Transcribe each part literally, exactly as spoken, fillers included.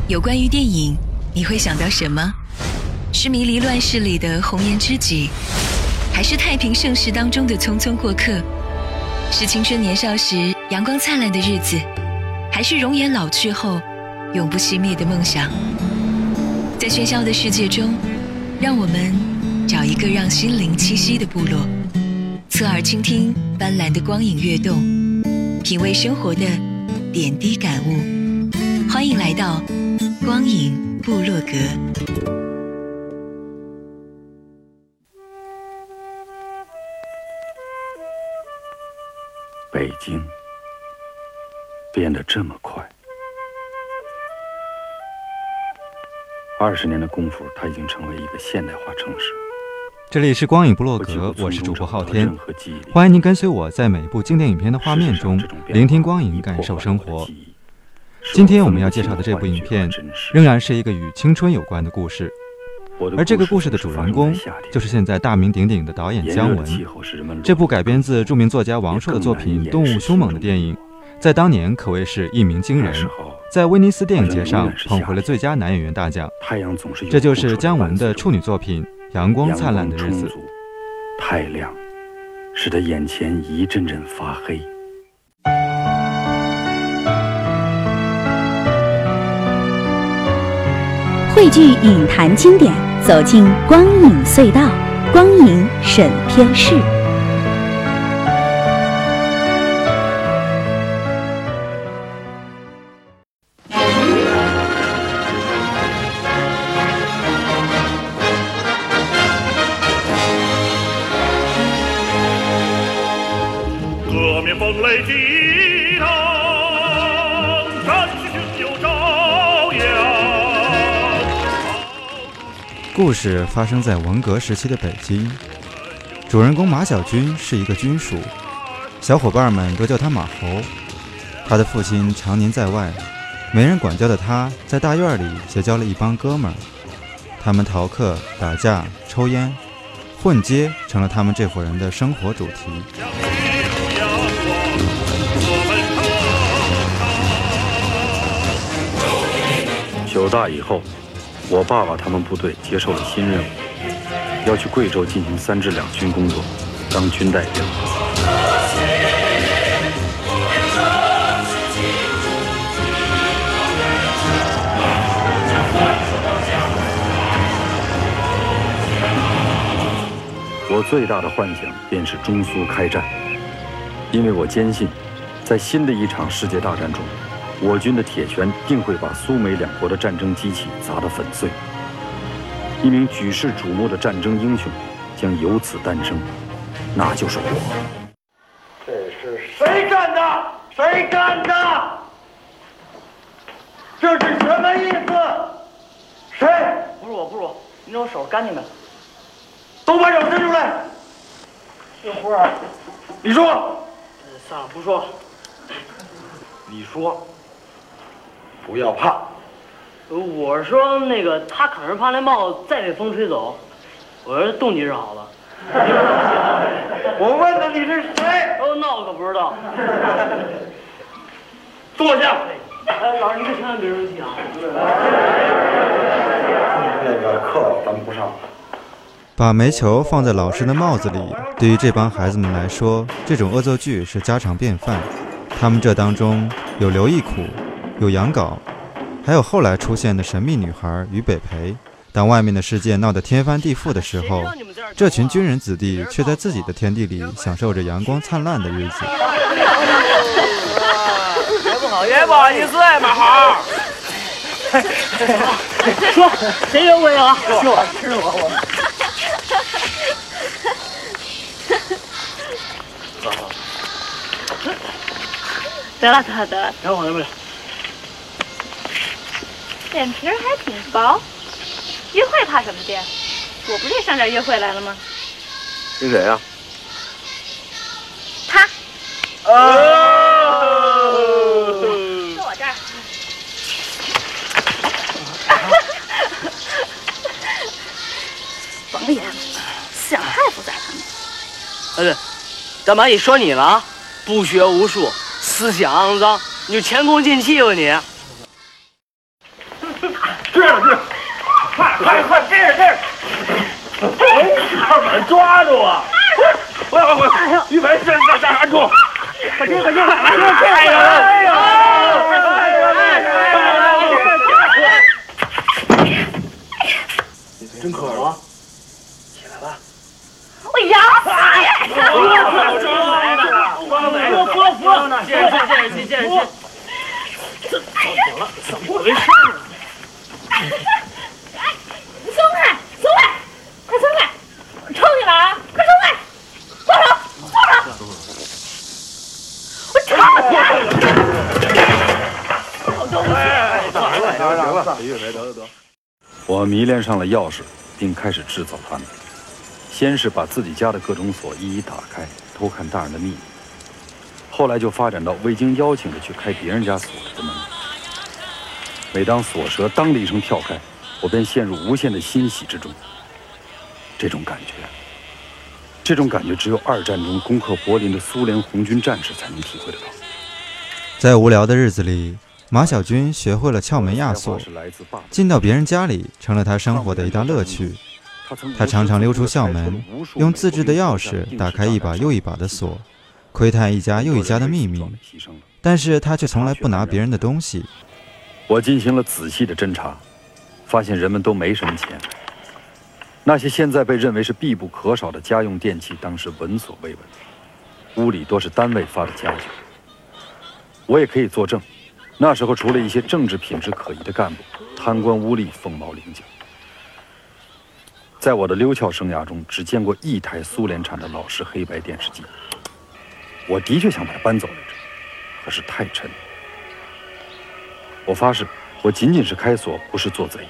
有关于电影，你会想到什么？是迷离乱世里的红颜知己，还是太平盛世当中的匆匆过客？是青春年少时阳光灿烂的日子，还是容颜老去后永不熄灭的梦想？在喧嚣的世界中，让我们找一个让心灵栖息的部落，侧耳倾听斑斓的光影跃动，品味生活的点滴感悟。欢迎来到光影部落格。 北京变得这么快，二十年的功夫，它已经成为一个现代化城市。 这里是光影部落格，我是主播昊天，欢迎您跟随我在每部经典影片的画面中聆听光影，感受生活。今天我们要介绍的这部影片仍然是一个与青春有关的故事，而这个故事的主人公就是现在大名鼎鼎的导演姜文。这部改编自著名作家王朔的作品《动物凶猛》的电影，在当年可谓是一鸣惊人，在威尼斯电影节上捧回了最佳男演员大奖。这就是姜文的处女作品《阳光灿烂的日子》。 太亮，使得眼前一阵阵发黑。 汇聚影坛经典，走进光影隧道，光影审片室。 革命风雷激荡，战士军有朝阳。 故事发生在文革时期的北京，主人公马小军是一个军属，小伙伴们都叫他马猴。他的父亲常年在外，没人管教的他在大院里结交了一帮哥们儿，他们逃课、打架、抽烟，混街成了他们这伙人的生活主题。 九大以后，我爸爸他们部队接受了新任务，要去贵州进行三支两军工作，当军代表。我最大的幻想便是中苏开战，因为我坚信，在新的一场世界大战中，我军的铁拳定会把苏美两国的战争机器砸得粉碎，一名举世瞩目的战争英雄将由此诞生，那就是我。 这是谁干的？谁干的？这是什么意思？谁？ 不是我，不是我，你这我手干净的。 都把手伸出来！ 姓胡儿， 你说。 呃，算了，不说了。 你说。不要怕。 我说那个，他可能是怕那帽子再被风吹走。我说动机是好的。 我问的你是谁？ 哦，那我可不知道。 坐下。 哎，老师，你可千万别生气啊。 那个课咱们不上。 把煤球放在老师的帽子里，对于这帮孩子们来说，这种恶作剧是家常便饭。他们这当中有刘义苦，有杨镐，还有后来出现的神秘女孩于北培。当外面的世界闹得天翻地覆的时候，这群军人子弟却在自己的天地里享受着阳光灿烂的日子。 别不好，别不好意思，马豪。说谁有我有啊？是我，是我，我。 得了得了得了， 等会儿，等会儿。 脸皮还挺薄，约会怕什么的？我不是上这儿约会来了吗？ 跟谁啊？ 他。 哦。 坐我这儿。甭演了，思想太复杂他们。 哎对，干嘛一说你了？不学无术，思想肮脏，你就前功尽弃吧你！ 快快，这是这是！二把抓住啊！快快快！于凡，上上上按住！ 快进快进！ 哎呀！哎呀！哎呀！真渴了，起来吧！ 我咬死你！ 扶扶扶！谢谢谢谢谢谢！ 怎么了？怎么回事？ 松开，松开，快松开！我抽你了啊！快松开！松手，松手！我抽你！好东西！ 得了得了得了，岳梅得得得。 我迷恋上了钥匙，并开始制造它们。先是把自己家的各种锁一一打开，偷看大人的秘密。后来就发展到未经邀请的去开别人家锁着的门。每当锁舌当的一声跳开，我便陷入无限的欣喜之中。这种感觉，这种感觉只有二战中攻克柏林的苏联红军战士才能体会得到。 在无聊的日子里，马小军学会了撬门压锁，进到别人家里成了他生活的一大乐趣。他常常溜出校门，用自制的钥匙打开一把又一把的锁，窥探一家又一家的秘密，但是他却从来不拿别人的东西。 我进行了仔细的侦查，发现人们都没什么钱。那些现在被认为是必不可少的家用电器，当时闻所未闻。屋里多是单位发的家具。我也可以作证，那时候除了一些政治品质可疑的干部，贪官污吏凤毛麟角。在我的溜撬生涯中，只见过一台苏联产的老式黑白电视机。我的确想把它搬走来着，可是太沉。我发誓，我仅仅是开锁，不是做贼。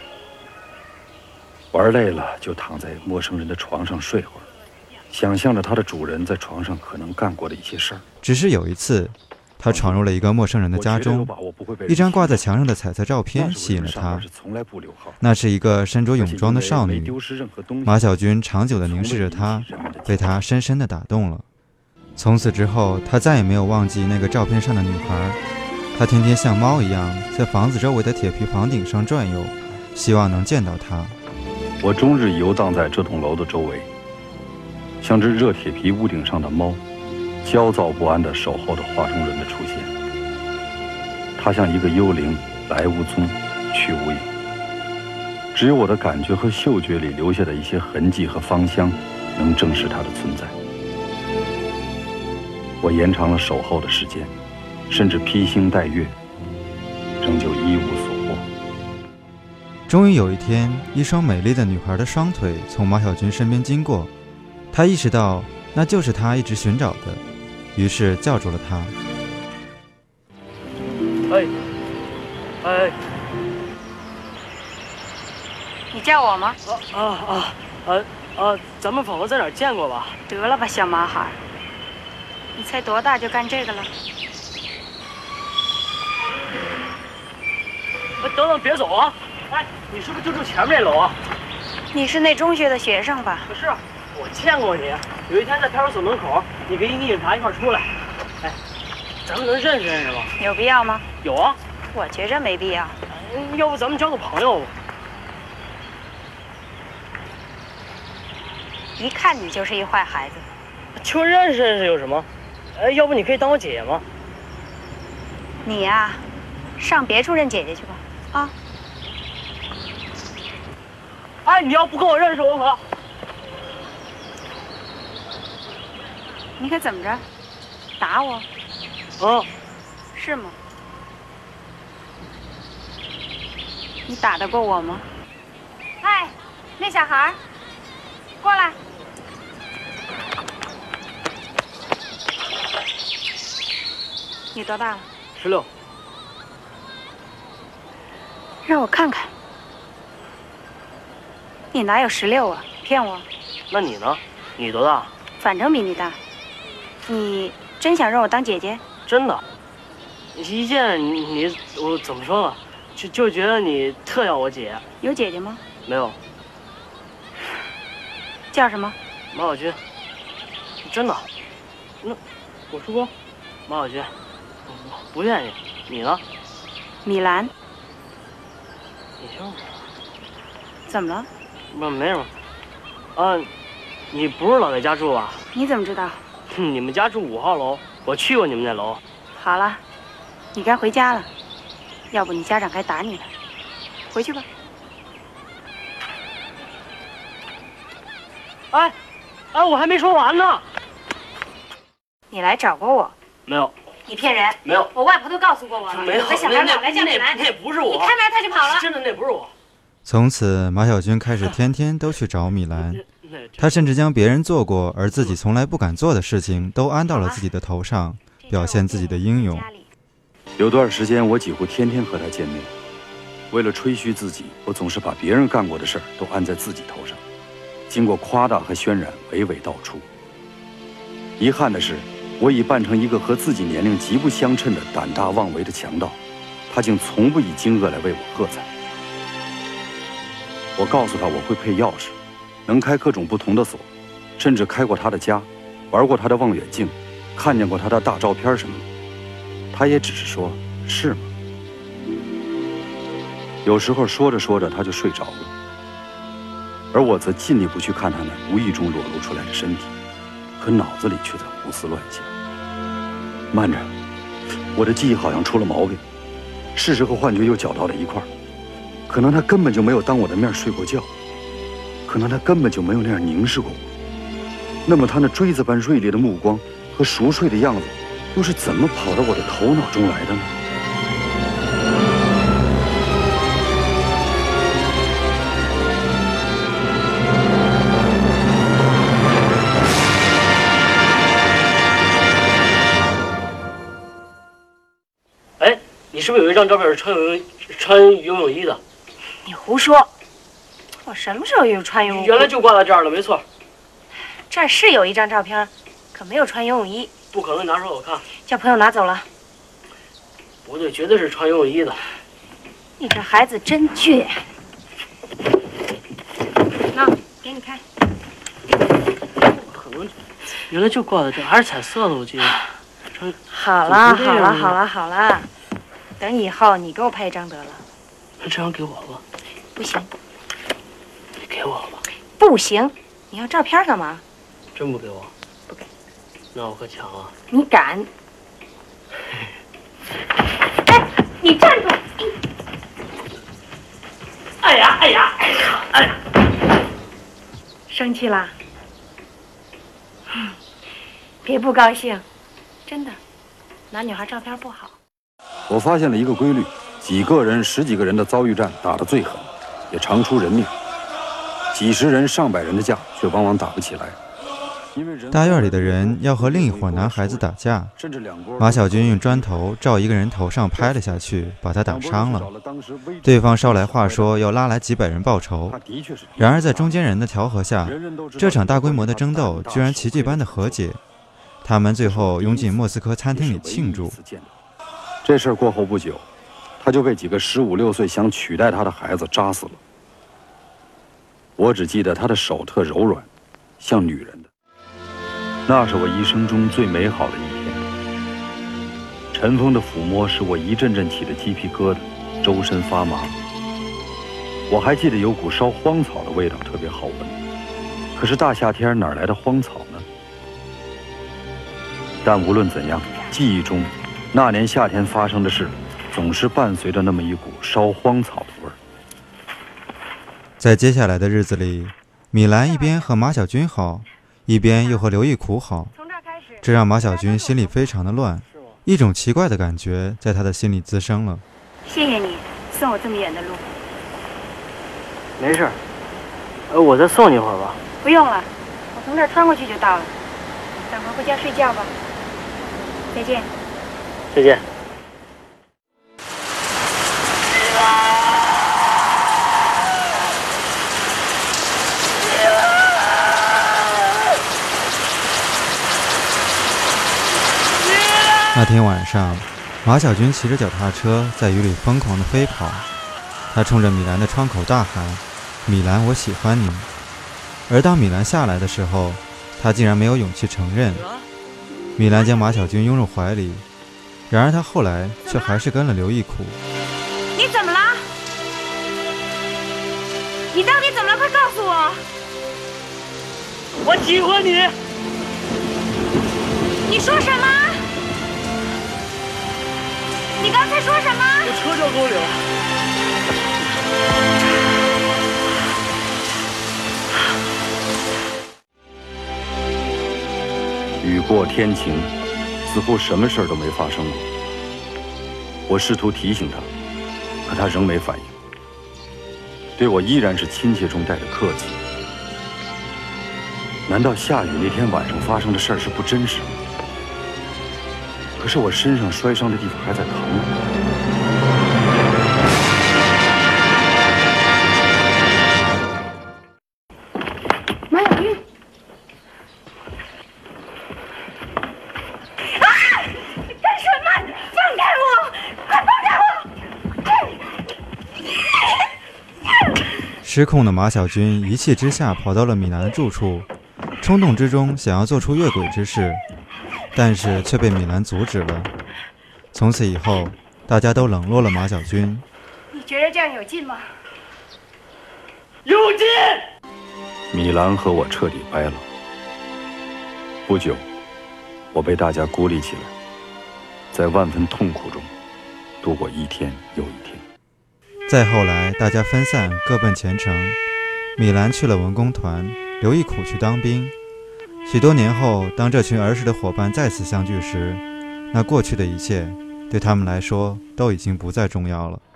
玩累了，就躺在陌生人的床上睡会儿，想象着他的主人在床上可能干过的一些事儿。 只是有一次，他闯入了一个陌生人的家中，一张挂在墙上的彩色照片吸引了他。那是一个身着泳装的少女。马小军长久地凝视着她，被她深深地打动了。从此之后，他再也没有忘记那个照片上的女孩。他天天像猫一样在房子周围的铁皮房顶上转悠，希望能见到她。 我终日游荡在这栋楼的周围，像只热铁皮屋顶上的猫，焦躁不安地守候着画中人的出现。他像一个幽灵，来无踪，去无影。只有我的感觉和嗅觉里留下的一些痕迹和芳香，能证实它的存在。我延长了守候的时间，甚至披星戴月，仍旧一无所获。 终于有一天，一双美丽的女孩的双腿从马小军身边经过，他意识到那就是他一直寻找的，于是叫住了她。 哎，哎， 你叫我吗？ 啊啊啊啊啊！咱们仿佛在哪儿见过吧？ 得了吧，小毛孩，你才多大就干这个了？ 哎，等等，别走啊！哎，你是不是就住前面那楼啊？ 你是那中学的学生吧？ 不是，我见过你。有一天在派出所门口，你跟一个警察一块出来。哎，咱们能认识认识吗？ 有必要吗？ 有啊。 我觉着没必要。 嗯，要不咱们交个朋友吧？ 一看你就是一坏孩子。 就认识认识有什么？哎，要不你可以当我姐姐吗？ 你呀、啊，上别处认姐姐去吧。啊。 哎，你要不跟我认识，我可…… 你可怎么着？打我？ 啊？ 是吗？你打得过我吗？哎，那小孩，过来。你多大了？ 十六。 让我看看。你哪有十六啊？骗我！ 那你呢？你多大？ 反正比你大。你真想让我当姐姐？ 真的。一见你，你我怎么说呢？就就觉得你特像我姐。 有姐姐吗？ 没有。 叫什么？ 马小军。真的。那我说过，马小军，不骗你。你呢？ 米兰。 你姓什么？ 怎么了？ 不，没什么。啊，你不是老在家住啊？ 你怎么知道？ 哼，你们家住五号楼，我去过你们那楼。 好了，你该回家了，要不你家长该打你了。回去吧。 哎，哎，我还没说完呢。 你来找过我？ 没有。 你骗人！ 没有， 我外婆都告诉过我了。 没有， 有个小孩老来叫你来， 那不是我。 你开门他就跑了。 真的，那不是我。 从此，马小军开始天天都去找米兰。他甚至将别人做过而自己从来不敢做的事情都安到了自己的头上，表现自己的英勇。 有段时间，我几乎天天和他见面。为了吹嘘自己，我总是把别人干过的事儿都安在自己头上，经过夸大和渲染，娓娓道出。遗憾的是，我已扮成一个和自己年龄极不相称的胆大妄为的强盗，他竟从不以惊愕来为我喝彩。我告诉他我会配钥匙，能开各种不同的锁，甚至开过他的家，玩过他的望远镜，看见过他的大照片什么的。他也只是说是吗？有时候说着说着他就睡着了，而我则尽力不去看他那无意中裸露出来的身体，可脑子里却在胡思乱想。慢着，我的记忆好像出了毛病，事实和幻觉又搅到了一块儿。可能他根本就没有当我的面睡过觉，可能他根本就没有那样凝视过我。那么他那锥子般锐利的目光和熟睡的样子，又是怎么跑到我的头脑中来的呢？ 哎，你是不是有一张照片是穿游穿游泳衣的？ 你胡说！我什么时候有穿游泳衣？ 原来就挂在这儿了，没错。 这儿是有一张照片，可没有穿游泳衣。 不可能，拿出来我看。 叫朋友拿走了。 不对，绝对是穿游泳衣的。 你这孩子真倔。那给你看。 可能原来就挂在这儿，还是彩色的，我记得。穿。 好了好了好了好了，等以后你给我拍一张得了。 那这张给我吧。 不行。 你给我了吧。 不行，你要照片干嘛？ 真不给我？ 不给。 那我可抢了。 你敢？哎，你站住！ 哎呀哎呀哎呀哎呀！ 生气啦？别不高兴，真的，拿女孩照片不好。 我发现了一个规律：几个人、十几个人的遭遇战打得最狠，也常出人命；几十人、上百人的架却往往打不起来。 大院里的人要和另一伙男孩子打架，马小军用砖头照一个人头上拍了下去，把他打伤了。对方捎来话说要拉来几百人报仇，然而在中间人的调和下，这场大规模的争斗居然奇迹般的和解。他们最后拥进莫斯科餐厅里庆祝。 这事儿过后不久，他就被几个十五六岁想取代他的孩子扎死了。我只记得他的手特柔软，像女人的。那是我一生中最美好的一天。尘封的抚摸使我一阵阵起的鸡皮疙瘩，周身发麻。我还记得有股烧荒草的味道特别好闻，可是大夏天哪来的荒草呢？但无论怎样，记忆中那年夏天发生的事，总是伴随着那么一股烧荒草的味儿。 在接下来的日子里，米兰一边和马小军好，一边又和刘义苦好，这让马小军心里非常的乱，一种奇怪的感觉在他的心里滋生了。 谢谢你送我这么远的路。 没事，呃，我再送你一会儿吧。 不用了，我从这儿穿过去就到了。赶快回家睡觉吧。再见。 再见。 那天晚上，马小军骑着脚踏车在雨里疯狂地飞跑，他冲着米兰的窗口大喊：“米兰，我喜欢你。”而当米兰下来的时候，他竟然没有勇气承认。米兰将马小军拥入怀里，然而他后来却还是跟了刘义苦。 你怎么了？ 你到底怎么了？快告诉我！ 我喜欢你。 你说什么？你刚才说什么？ 我车掉沟里了。雨过天晴，似乎什么事儿都没发生过。我试图提醒他，可他仍没反应，对我依然是亲切中带着客气。难道下雨那天晚上发生的事儿是不真实吗？可是我身上摔伤的地方还在疼。 马小军！啊！你干什么？放开我！快放开我！ 失控的马小军一气之下跑到了米兰的住处，冲动之中想要做出越轨之事，但是却被米兰阻止了。从此以后，大家都冷落了马小军。 你觉得这样有劲吗？ 有劲！ 米兰和我彻底掰了。不久，我被大家孤立起来，在万分痛苦中度过一天又一天。 再后来，大家分散，各奔前程。米兰去了文工团，刘义苦去当兵。许多年后，当这群儿时的伙伴再次相聚时，那过去的一切对他们来说都已经不再重要了。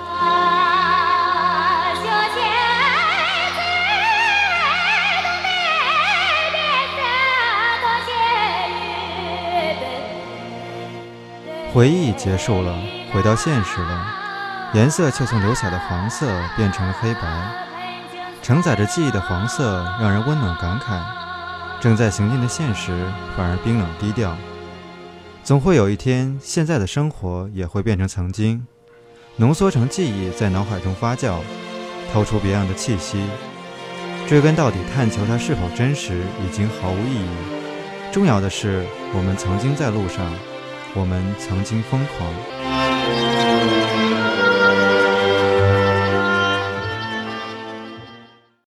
回忆结束了，回到现实了，颜色却从流彩的黄色变成了黑白。承载着记忆的黄色让人温暖感慨，正在行进的现实反而冰冷低调。总会有一天，现在的生活也会变成曾经，浓缩成记忆，在脑海中发酵，透出别样的气息。追根到底，探求它是否真实已经毫无意义。重要的是，我们曾经在路上，我们曾经疯狂。